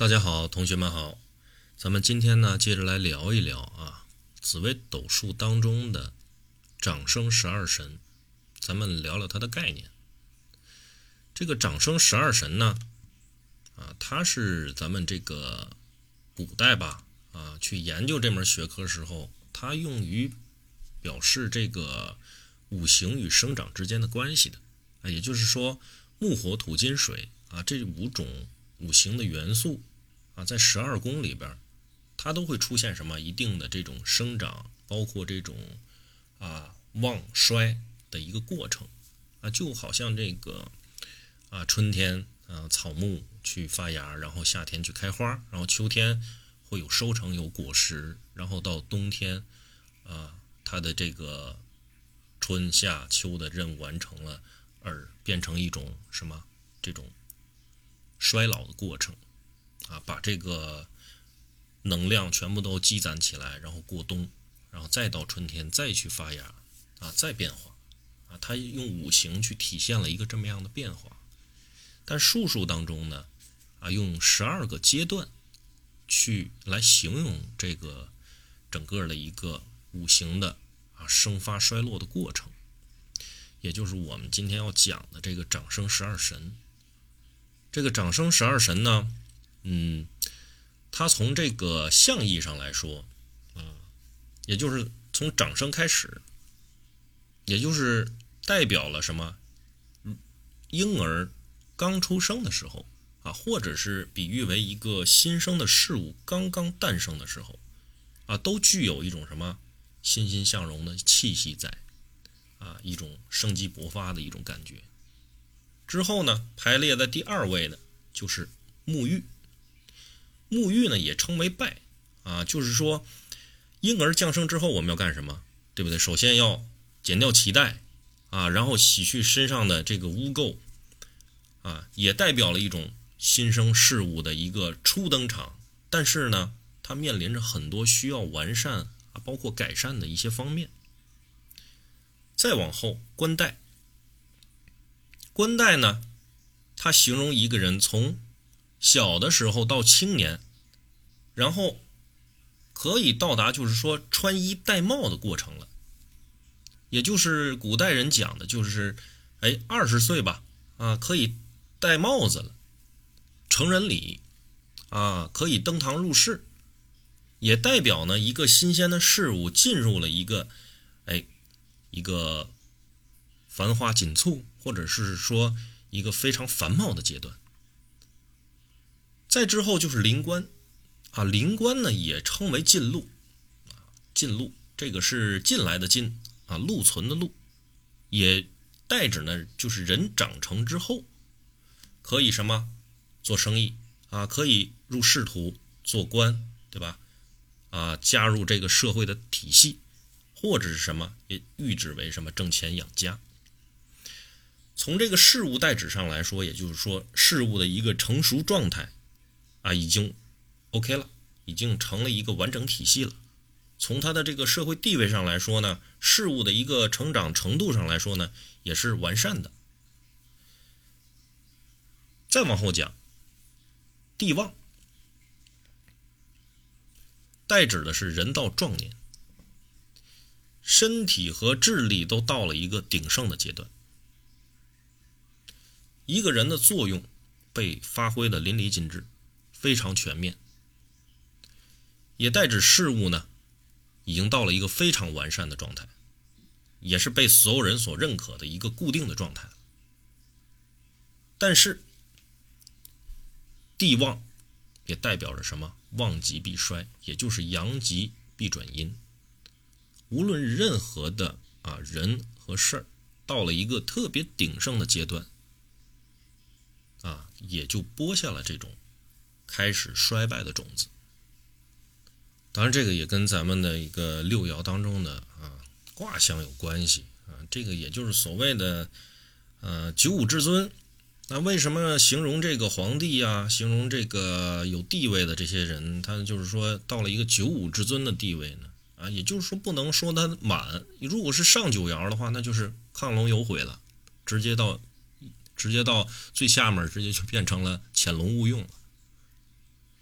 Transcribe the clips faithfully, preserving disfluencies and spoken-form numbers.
大家好，同学们好，咱们今天呢接着来聊一聊啊紫微斗数当中的长生十二神，咱们聊聊它的概念。这个长生十二神呢啊，它是咱们这个古代吧啊去研究这门学科时候，它用于表示这个五行与生长之间的关系的啊，也就是说木火土金水啊这五种五行的元素啊，在十二宫里边，它都会出现什么一定的这种生长，包括这种啊旺衰的一个过程啊，就好像这个啊春天啊草木去发芽，然后夏天去开花，然后秋天会有收成有果实，然后到冬天啊它的这个春夏秋的任务完成了，而变成一种什么这种衰老的过程啊，把这个能量全部都积攒起来，然后过冬，然后再到春天再去发芽啊，再变化啊，它用五行去体现了一个这么样的变化。但术数当中呢啊，用十二个阶段去来形容这个整个的一个五行的啊生发衰落的过程，也就是我们今天要讲的这个长生十二神。这个长生十二神呢嗯，它从这个象意上来说啊，也就是从长生开始，也就是代表了什么婴儿刚出生的时候啊，或者是比喻为一个新生的事物刚刚诞生的时候啊，都具有一种什么欣欣向荣的气息在啊，一种生机勃发的一种感觉。之后呢，排列在第二位的就是沐浴。沐浴呢也称为拜啊，就是说婴儿降生之后我们要干什么，对不对？首先要剪掉脐带啊，然后洗去身上的这个污垢啊，也代表了一种新生事物的一个初登场。但是呢，它面临着很多需要完善啊，包括改善的一些方面。再往后，冠带。冠带呢，它形容一个人从小的时候到青年，然后可以到达就是说穿衣戴帽的过程了，也就是古代人讲的就是哎二十岁吧啊可以戴帽子了，成人礼啊可以登堂入室，也代表呢一个新鲜的事物进入了一个哎一个繁花锦簇，或者是说一个非常繁茂的阶段。再之后就是临官啊，临官呢也称为进禄啊，进禄这个是进来的进啊，禄存的禄，也代指呢就是人长成之后可以什么做生意啊，可以入仕途做官，对吧？啊，加入这个社会的体系，或者是什么也喻指为什么挣钱养家。从这个事物代指上来说，也就是说事物的一个成熟状态啊，已经 OK 了，已经成了一个完整体系了。从它的这个社会地位上来说呢，事物的一个成长程度上来说呢，也是完善的。再往后讲，地旺，代指的是人到壮年，身体和智力都到了一个鼎盛的阶段，一个人的作用被发挥的淋漓尽致，非常全面，也代指事物呢已经到了一个非常完善的状态，也是被所有人所认可的一个固定的状态。但是地旺也代表着什么？旺极必衰，也就是阳极必转阴。无论任何的啊人和事儿，到了一个特别鼎盛的阶段啊，也就播下了这种开始衰败的种子。当然这个也跟咱们的一个六爻当中的啊卦象有关系啊，这个也就是所谓的呃九五至尊。那为什么形容这个皇帝啊，形容这个有地位的这些人，他就是说到了一个九五至尊的地位呢？啊，也就是说不能说他满，如果是上九爻的话，那就是亢龙有悔了，直接到直接到最下面，直接就变成了潜龙勿用了。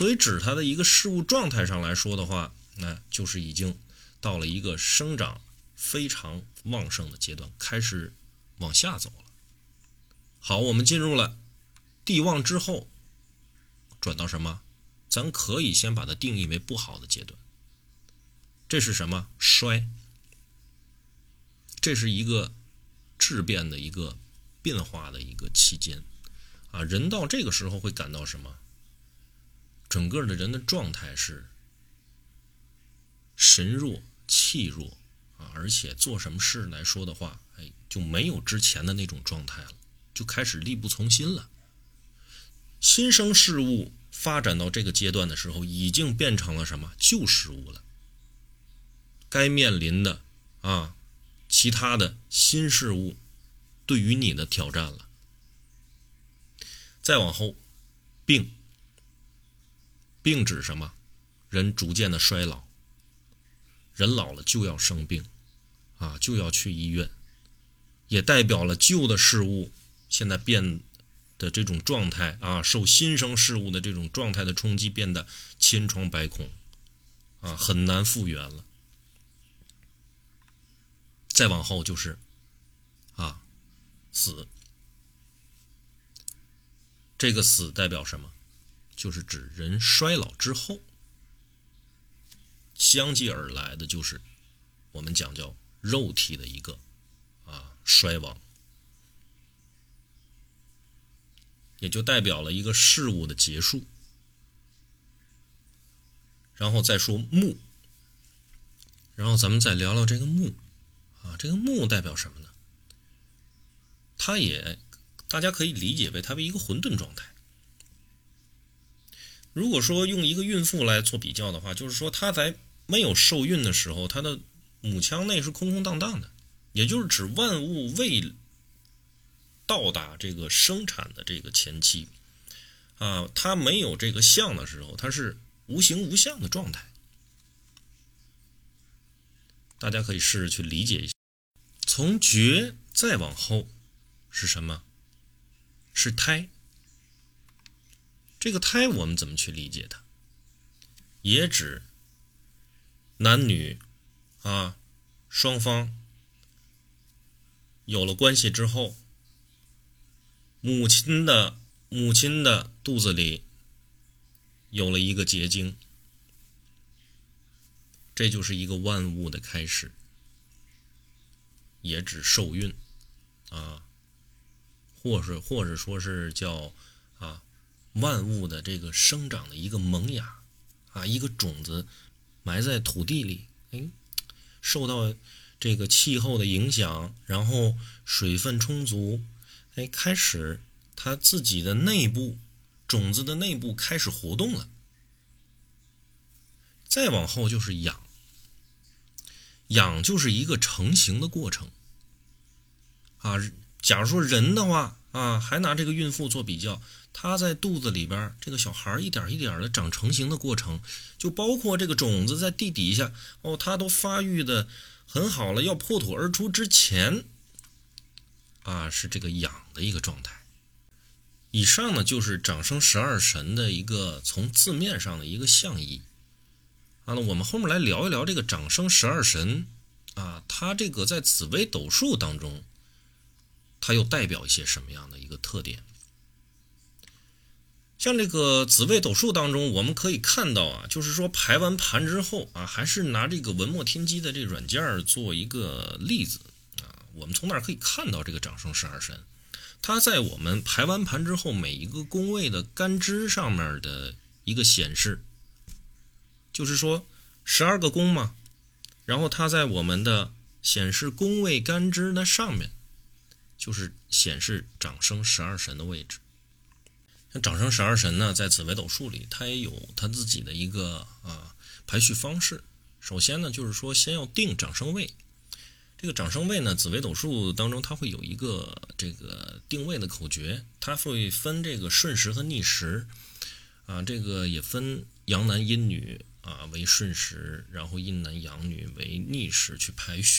所以指它的一个事物状态上来说的话，那就是已经到了一个生长非常旺盛的阶段，开始往下走了。好，我们进入了地旺之后，转到什么？咱可以先把它定义为不好的阶段。这是什么？衰。这是一个质变的一个变化的一个期间啊。人到这个时候会感到什么？整个的人的状态是神弱气弱啊，而且做什么事来说的话，哎，就没有之前的那种状态了，就开始力不从心了。新生事物发展到这个阶段的时候，已经变成了什么？旧事物了。该面临的啊，其他的新事物对于你的挑战了。再往后，病。病指什么？人逐渐的衰老。人老了就要生病啊，就要去医院，也代表了旧的事物现在变的这种状态啊，受新生事物的这种状态的冲击，变得千疮百孔啊，很难复原了。再往后就是啊，死。这个死代表什么？就是指人衰老之后，相继而来的就是我们讲叫肉体的一个啊衰亡，也就代表了一个事物的结束。然后再说木，然后咱们再聊聊这个木啊，这个木代表什么呢？它也大家可以理解为它为一个混沌状态。如果说用一个孕妇来做比较的话，就是说她在没有受孕的时候，她的母腔内是空空荡荡的，也就是指万物未到达这个生产的这个前期啊，它没有这个相的时候，它是无形无相的状态。大家可以试着去理解一下。从觉再往后是什么？是胎。这个胎我们怎么去理解它？也指男女啊双方有了关系之后，母亲的母亲的肚子里有了一个结晶，这就是一个万物的开始，也指受孕啊，或是或者说是叫啊万物的这个生长的一个萌芽啊，一个种子埋在土地里，哎，受到这个气候的影响，然后水分充足，哎，开始它自己的内部，种子的内部开始活动了。再往后就是养，养就是一个成型的过程啊。假如说人的话啊，还拿这个孕妇做比较，她在肚子里边，这个小孩一点一点的长成型的过程，就包括这个种子在地底下哦，它都发育的很好了，要破土而出之前啊，是这个养的一个状态。以上呢就是长生十二神的一个从字面上的一个象意啊。那我们后面来聊一聊这个长生十二神啊，它这个在紫微斗数当中，它又代表一些什么样的一个特点？像这个紫微斗数当中，我们可以看到啊，就是说排完盘之后啊，还是拿这个文墨天机的这软件做一个例子啊，我们从那儿可以看到这个长生十二神，它在我们排完盘之后，每一个宫位的干支上面的一个显示，就是说十二个宫嘛，然后它在我们的显示宫位干支的上面，就是显示长生十二神的位置。像长生十二神呢，在紫微斗数里，它也有它自己的一个啊排序方式。首先呢，就是说先要定长生位。这个长生位呢，紫微斗数当中它会有一个这个定位的口诀，它会分这个顺时和逆时啊，这个也分阳男阴女啊为顺时，然后阴男阳女为逆时去排序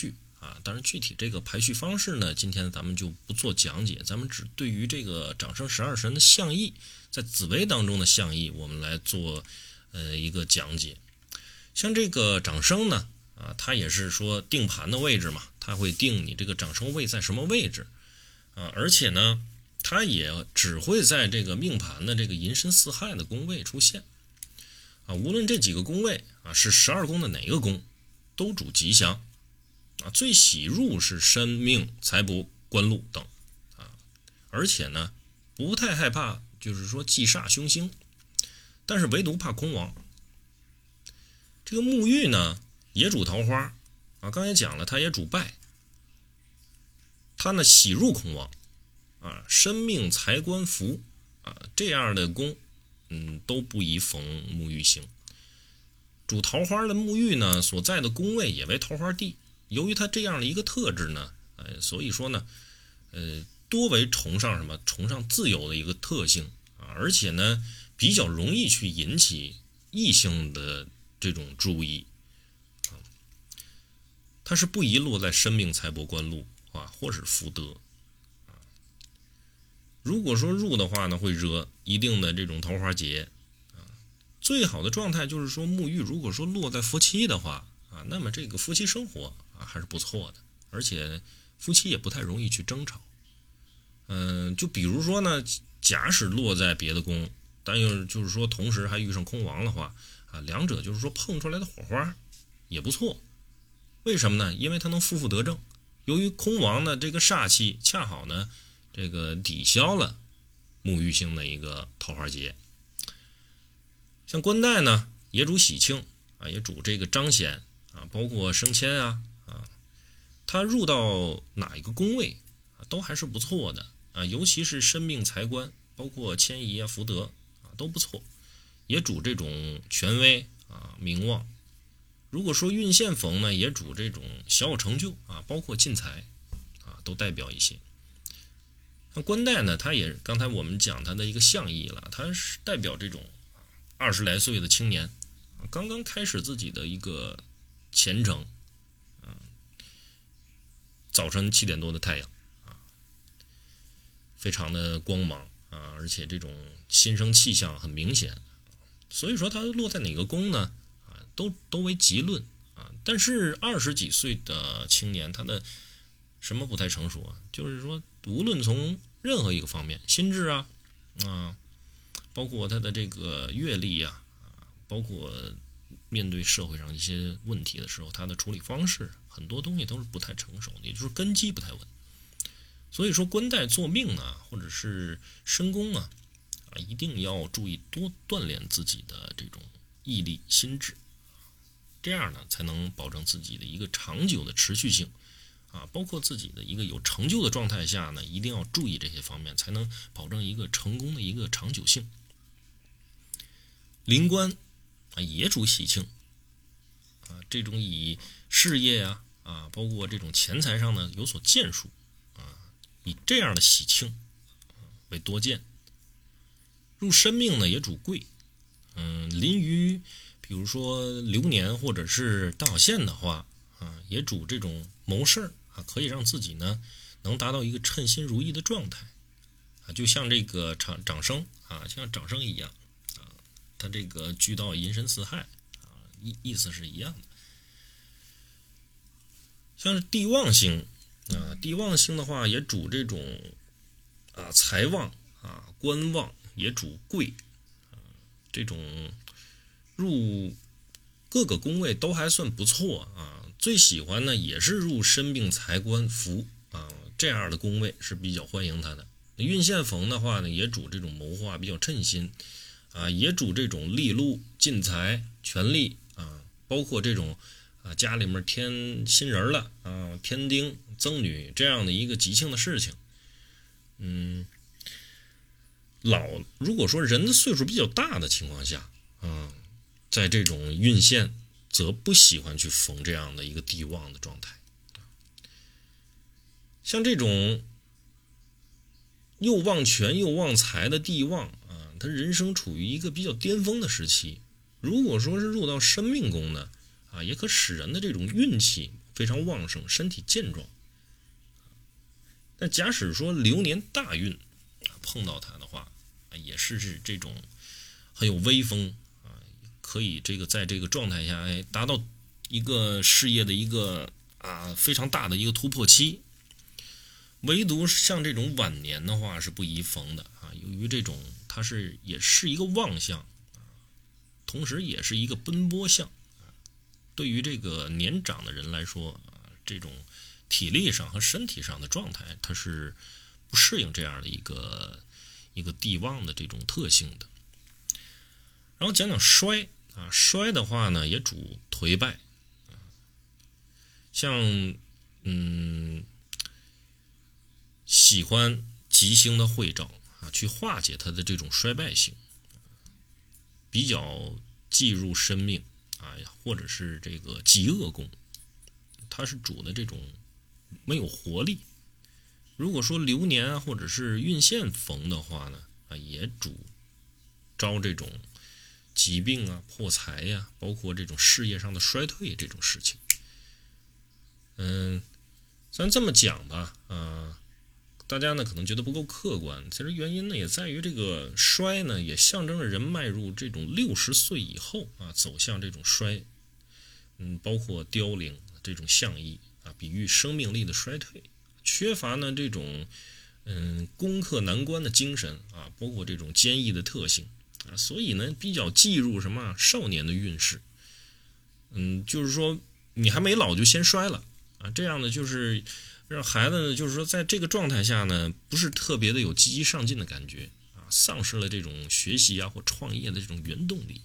啊。当然具体这个排序方式呢，今天咱们就不做讲解，咱们只对于这个长生十二神的象意，在紫微当中的象意，我们来做呃一个讲解。像这个长生呢，啊，它也是说定盘的位置嘛，它会定你这个长生位在什么位置啊，而且呢，它也只会在这个命盘的这个寅申巳亥的宫位出现啊，无论这几个宫位啊是十二宫的哪个宫，都主吉祥啊，最喜入是申命财帛官禄等啊，而且呢不太害怕就是说忌煞凶星，但是唯独怕空亡。这个沐浴呢也主桃花啊，刚才讲了它也主败，它呢喜入空亡啊，申命财官福啊，这样的宫嗯都不宜逢沐浴星。主桃花的沐浴呢所在的宫位也为桃花地，由于它这样的一个特质呢，呃，所以说呢呃多为崇尚什么崇尚自由的一个特性啊，而且呢比较容易去引起异性的这种注意啊，它是不宜落在申命财帛官禄啊，或是福德啊。如果说入的话呢，会惹一定的这种桃花劫啊。最好的状态就是说沐浴如果说落在夫妻的话啊，那么这个夫妻生活啊还是不错的，而且夫妻也不太容易去争吵。嗯、呃，就比如说呢，假使落在别的宫，但又就是说同时还遇上空亡的话啊，两者就是说碰出来的火花也不错。为什么呢？因为它能负负得正。由于空亡的这个煞气恰好呢这个抵消了沐浴星的一个桃花劫。像官带呢也主喜庆啊，也主这个彰显啊，包括升迁啊啊，它入到哪一个宫位啊都还是不错的啊，尤其是申命财官，包括迁移啊福德啊都不错，也主这种权威啊名望。如果说运线逢呢，也主这种小有成就啊，包括进财啊，都代表一些。那官带呢，它也刚才我们讲它的一个象意了，它是代表这种二十来岁的青年，刚刚开始自己的一个前程啊。早晨七点多的太阳啊，非常的光芒啊，而且这种新生气象很明显，所以说它落在哪个宫呢？都都为吉论啊，但是二十几岁的青年，他的什么不太成熟啊？就是说，无论从任何一个方面，心智啊，啊，包括他的这个阅历啊，包括面对社会上一些问题的时候，他的处理方式，很多东西都是不太成熟的，也就是根基不太稳。所以说，官带做命啊，或者是申宫啊，啊，一定要注意多锻炼自己的这种毅力、心智。这样呢，才能保证自己的一个长久的持续性啊，包括自己的一个有成就的状态下呢，一定要注意这些方面，才能保证一个成功的一个长久性。临官啊，也主喜庆啊，这种以事业啊啊，包括这种钱财上呢有所建树啊，以这样的喜庆啊为多见。入申命呢，也主贵，嗯，临于比如说流年或者是大小限的话啊，也主这种谋事啊，可以让自己呢能达到一个称心如意的状态啊，就像这个长长生啊，像长生一样啊，他这个居到寅申巳亥啊，意意思是一样的。像是地旺星啊，地旺星的话也主这种啊财旺啊，官旺，也主贵啊，这种入各个宫位都还算不错啊，最喜欢呢也是入申命财官福啊，这样的宫位是比较欢迎他的。运线逢的话呢，也主这种谋划比较称心啊，也主这种利禄进财权力啊，包括这种啊家里面添新人了啊，添丁增女这样的一个吉庆的事情。嗯，老如果说人的岁数比较大的情况下啊，在这种运线则不喜欢去逢这样的一个地旺的状态。像这种又旺权又旺财的地旺啊，他人生处于一个比较巅峰的时期。如果说是入到申命宫呢啊，也可使人的这种运气非非常旺盛，身体健壮。但假使说流年大运碰到他的话，也是是这种很有威风啊，可以这个在这个状态下，哎，达到一个事业的一个啊非常大的一个突破期。唯独像这种晚年的话是不宜逢的啊，由于这种它是也是一个旺相，同时也是一个奔波相。对于这个年长的人来说，这种体力上和身体上的状态，它是不适应这样的一个一个地旺的这种特性的。然后讲讲衰啊，衰的话呢，也主颓败，像嗯。喜欢吉星的会照啊，去化解它的这种衰败性，比较忌入生命啊，或者是这个极恶宫，它是主的这种没有活力。如果说流年啊，或者是运线逢的话呢，啊，也主招这种疾病啊、破财呀、啊，包括这种事业上的衰退这种事情。嗯，咱这么讲吧，啊。大家呢可能觉得不够客观，其实原因呢也在于这个衰呢也象征着人迈入这种六十岁以后啊，走向这种衰，嗯，包括凋零这种象意啊，比喻生命力的衰退，缺乏呢这种嗯攻克难关的精神啊，包括这种坚毅的特性啊，所以呢比较忌入什么少年的运势，嗯，就是说你还没老就先衰了啊，这样呢就是让孩子呢，就是说在这个状态下呢，不是特别的有积极上进的感觉啊，丧失了这种学习啊或创业的这种原动力。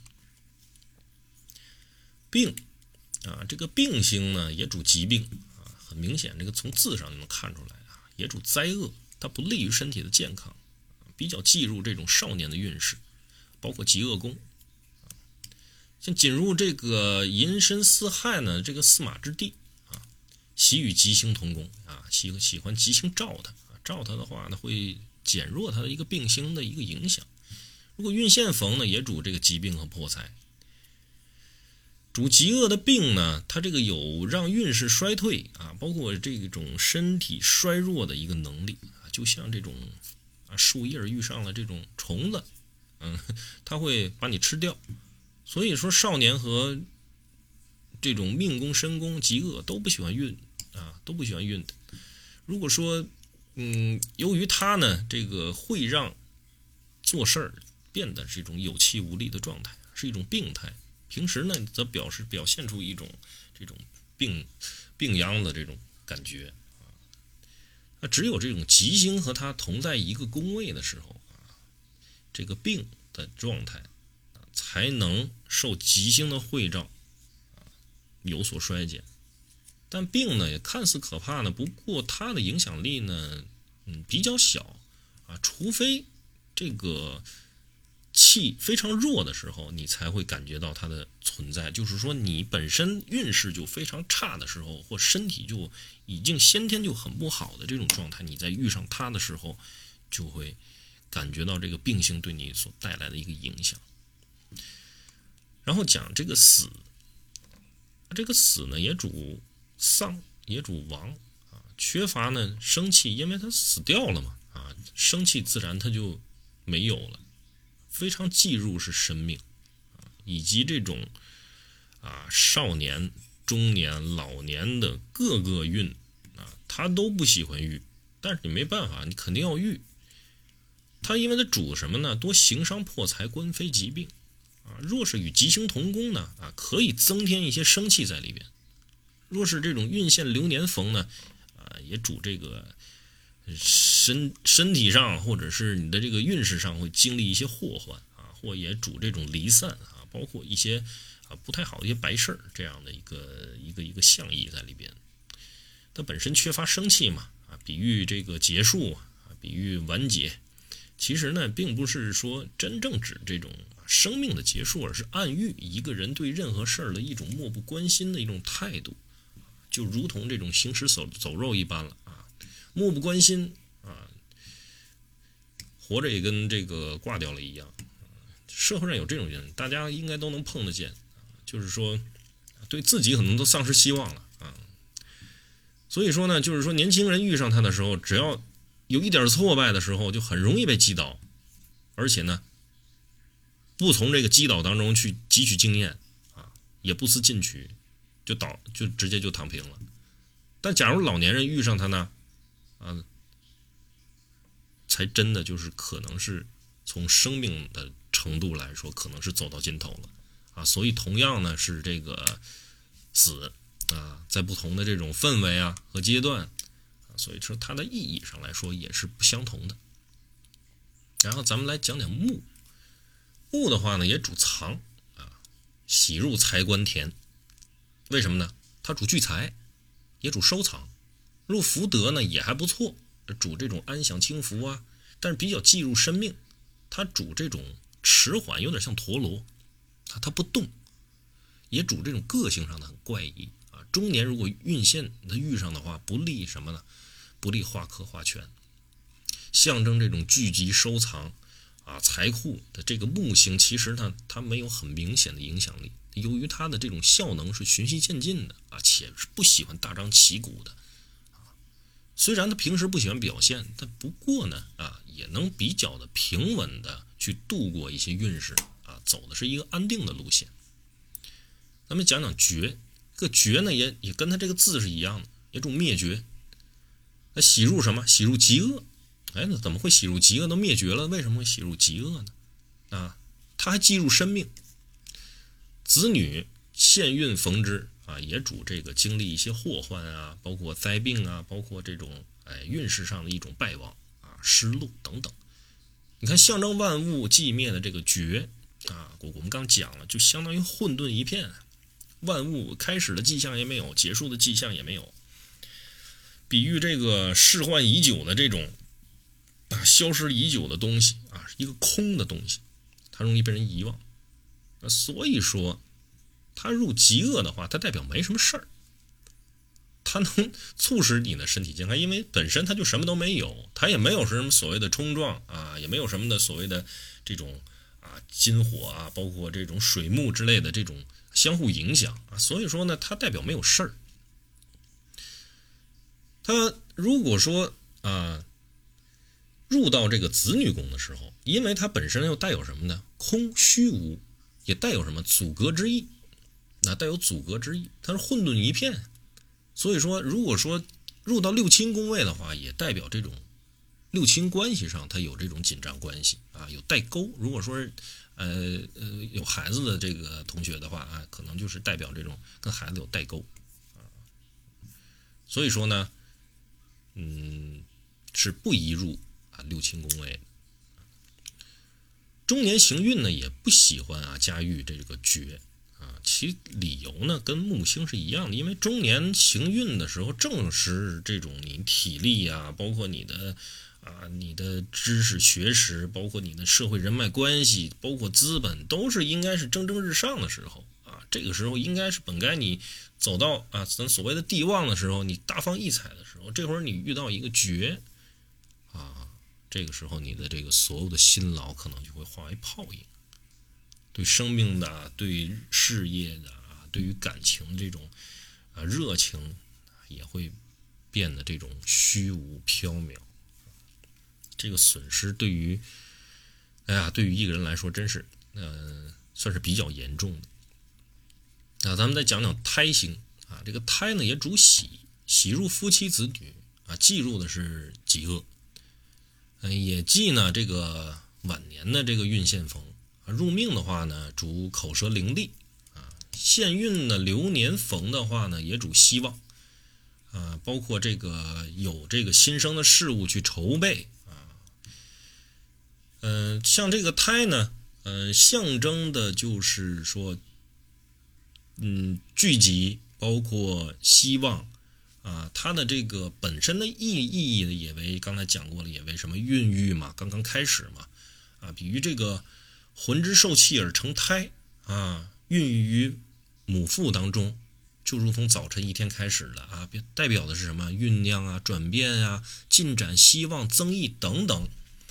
病啊，这个病星呢也主疾病啊，很明显，这个从字上就能看出来啊，也主灾厄，它不利于身体的健康，比较忌入这种少年的运势，包括极恶宫。像进入这个寅申巳亥呢，这个驷马之地。喜与吉星同宫啊，喜喜欢吉星照他，照他的话呢，会减弱他的一个病星的一个影响。如果运线逢呢，也主这个疾病和破财。主极恶的病呢，它这个有让运势衰退啊，包括这种身体衰弱的一个能力啊，就像这种啊树叶遇上了这种虫子，嗯，它会把你吃掉。所以说，少年和这种命宫、身宫、极恶都不喜欢运。啊，都不喜欢运的。如果说，嗯，由于他呢，这个会让做事儿变得是一种有气无力的状态，是一种病态。平时呢，则表示表现出一种这种病病秧的这种感觉啊。那只有这种吉星和他同在一个宫位的时候啊，这个病的状态啊，才能受吉星的会照啊有所衰减。但病呢也看似可怕呢，不过它的影响力呢，嗯，比较小啊，除非这个气非常弱的时候，你才会感觉到它的存在。就是说，你本身运势就非常差的时候，或身体就已经先天就很不好的这种状态，你在遇上它的时候，就会感觉到这个病性对你所带来的一个影响。然后讲这个死，这个死呢也主丧，也主亡啊，缺乏呢生气，因为他死掉了嘛啊，生气自然他就没有了，非常忌入是生命啊，以及这种啊少年、中年、老年的各个运啊，他都不喜欢遇，但是你没办法，你肯定要遇。他因为他主什么呢？多行伤破财、官非疾病啊。若是与吉星同宫呢啊，可以增添一些生气在里边。若是这种运线流年逢呢，啊，也主这个身身体上或者是你的这个运势上会经历一些祸患啊，或也主这种离散啊，包括一些啊不太好的一些白事儿这样的一个一个一个象意在里边。它本身缺乏生气嘛啊，比喻这个结束啊，比喻完结。其实呢，并不是说真正指这种生命的结束，而是暗喻一个人对任何事儿的一种漠不关心的一种态度。就如同这种行尸走走肉一般了啊，漠不关心啊，活着也跟这个挂掉了一样。社会上有这种人，大家应该都能碰得见，就是说对自己可能都丧失希望了啊， 所以说呢，就是说年轻人遇上他的时候，只要有一点挫败的时候，就很容易被击倒，而且呢，不从这个击倒当中去汲取经验啊，也不思进取，就倒就直接就躺平了。但假如老年人遇上他呢，啊，才真的就是可能是从生命的程度来说，可能是走到尽头了啊。所以同样呢是这个死啊，在不同的这种氛围啊和阶段啊，所以说它的意义上来说也是不相同的。然后咱们来讲讲木，木的话呢也主藏啊，喜入财官田。为什么呢？它主聚财，也主收藏。入福德呢也还不错，主这种安享清福啊，但是比较忌入生命。它主这种迟缓，有点像陀螺啊，它不动。也主这种个性上的很怪异啊。中年如果运线它遇上的话，不利什么呢？不利化科化权，象征这种聚集收藏啊财库的这个木星，其实呢它没有很明显的影响力。由于它的这种效能是循序渐进的啊，且是不喜欢大张旗鼓的啊。虽然他平时不喜欢表现，但不过呢啊，也能比较的平稳的去度过一些运势啊，走的是一个安定的路线。咱们讲讲绝，这个绝呢也也跟它这个字是一样的，也主灭绝。那喜入什么？喜入极恶。哎，那怎么会喜入极恶？都灭绝了，为什么会喜入极恶呢？啊，它还记入生命。子女现运逢之啊，也主这个经历一些祸患啊，包括灾病啊，包括这种哎运势上的一种败亡啊、失落等等。你看，象征万物寂灭的这个绝啊，我我们刚讲了，就相当于混沌一片，万物开始的迹象也没有，结束的迹象也没有。比喻这个逝幻已久的这种啊消失已久的东西啊，一个空的东西，它容易被人遗忘。所以说它入极恶的话，它代表没什么事儿，它能促使你的身体健康，因为本身它就什么都没有，它也没有什么所谓的冲撞啊，也没有什么的所谓的这种啊金火啊，包括这种水木之类的这种相互影响啊，所以说呢它代表没有事儿。它如果说啊入到这个子女宫的时候，因为它本身又带有什么呢？空虚无，也带有什么阻隔之意，那带有阻隔之意，它是混沌一片。所以说如果说入到六亲宫位的话，也代表这种六亲关系上它有这种紧张关系啊，有带钩。如果说呃呃有孩子的这个同学的话啊，可能就是代表这种跟孩子有带钩啊。所以说呢嗯是不宜入啊六亲宫位。中年行运呢也不喜欢啊驾驭这个绝啊，其理由呢跟木星是一样的，因为中年行运的时候，正是这种你体力啊，包括你的啊你的知识学识，包括你的社会人脉关系，包括资本，都是应该是蒸蒸日上的时候啊。这个时候应该是本该你走到啊咱所谓的地旺的时候，你大放异彩的时候，这会儿你遇到一个绝啊，这个时候你的这个所有的辛劳可能就会化为泡影，对生命的、对事业的、对于感情这种啊热情也会变得这种虚无缥缈。这个损失对于哎呀，对于一个人来说真是呃算是比较严重的。那咱们再讲讲胎星啊，这个胎呢也主喜，喜入夫妻子女啊，忌入的是己恶。也忌呢这个晚年的这个运线逢，入命的话呢主口舌伶俐啊，现运呢流年逢的话呢也主希望啊，包括这个有这个新生的事物去筹备啊。嗯、呃，像这个胎呢，呃，象征的就是说，嗯，聚集，包括希望。啊，它的这个本身的意意义呢，也为刚才讲过了，也为什么孕育嘛，刚刚开始嘛，啊，比喻这个魂之受气而成胎啊，孕育于母腹当中，就如同早晨一天开始了啊，代表的是什么？酝酿啊，转变啊，进展、希望、增益等等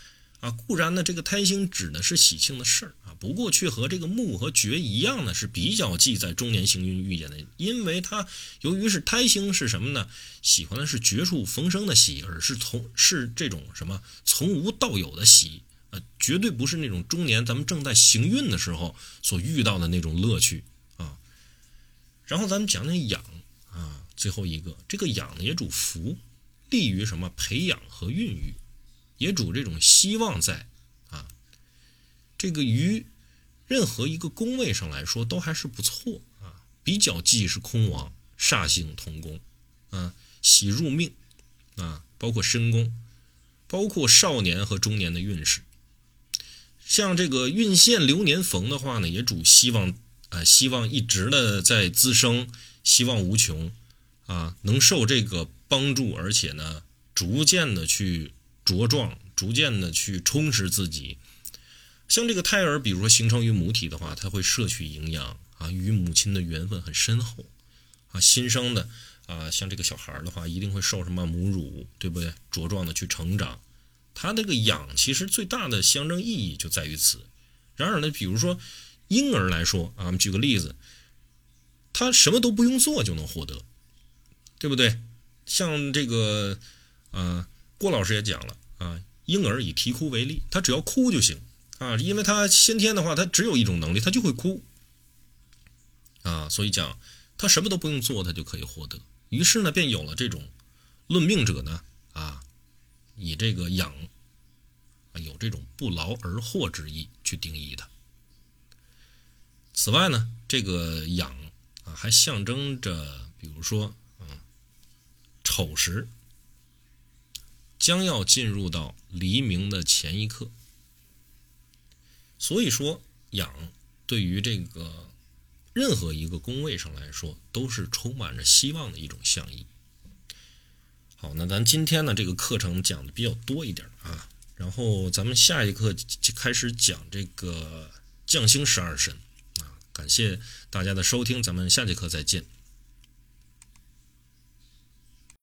啊，固然呢，这个胎星指的是喜庆的事儿啊，不过却和这个木和绝一样呢，是比较忌在中年行运遇见的，因为它由于是胎星是什么呢？喜欢的是绝处逢生的喜，而是从是这种什么从无到有的喜啊，绝对不是那种中年咱们正在行运的时候所遇到的那种乐趣啊。然后咱们讲讲养啊，最后一个这个养呢也主福，利于什么培养和孕育。也主这种希望在啊，这个于任何一个宫位上来说都还是不错啊。比较忌是空亡、煞星同宫啊，喜入命啊，包括申宫，包括少年和中年的运势。像这个运线流年逢的话呢，也主希望啊，希望一直的在滋生，希望无穷啊，能受这个帮助，而且呢，逐渐的去茁壮，逐渐的去充实自己。像这个胎儿比如说形成于母体的话，它会摄取营养啊，与母亲的缘分很深厚啊。新生的啊，像这个小孩的话一定会受什么母乳，对不对？茁壮的去成长。它这个养其实最大的象征意义就在于此。然而呢，比如说婴儿来说啊，我们举个例子，他什么都不用做就能获得，对不对？像这个啊郭老师也讲了啊，婴儿以啼哭为例，他只要哭就行啊，因为他先天的话，他只有一种能力，他就会哭啊，所以讲他什么都不用做，他就可以获得。于是呢，便有了这种论命者呢啊，以这个养啊，有这种不劳而获之意去定义它。此外呢，这个养啊，还象征着，比如说啊，丑时将要进入到黎明的前一刻，所以说养对于这个任何一个宫位上来说都是充满着希望的一种象意。好，那咱今天呢这个课程讲的比较多一点啊，然后咱们下一课就开始讲这个将星十二神啊。感谢大家的收听，咱们下节课再见。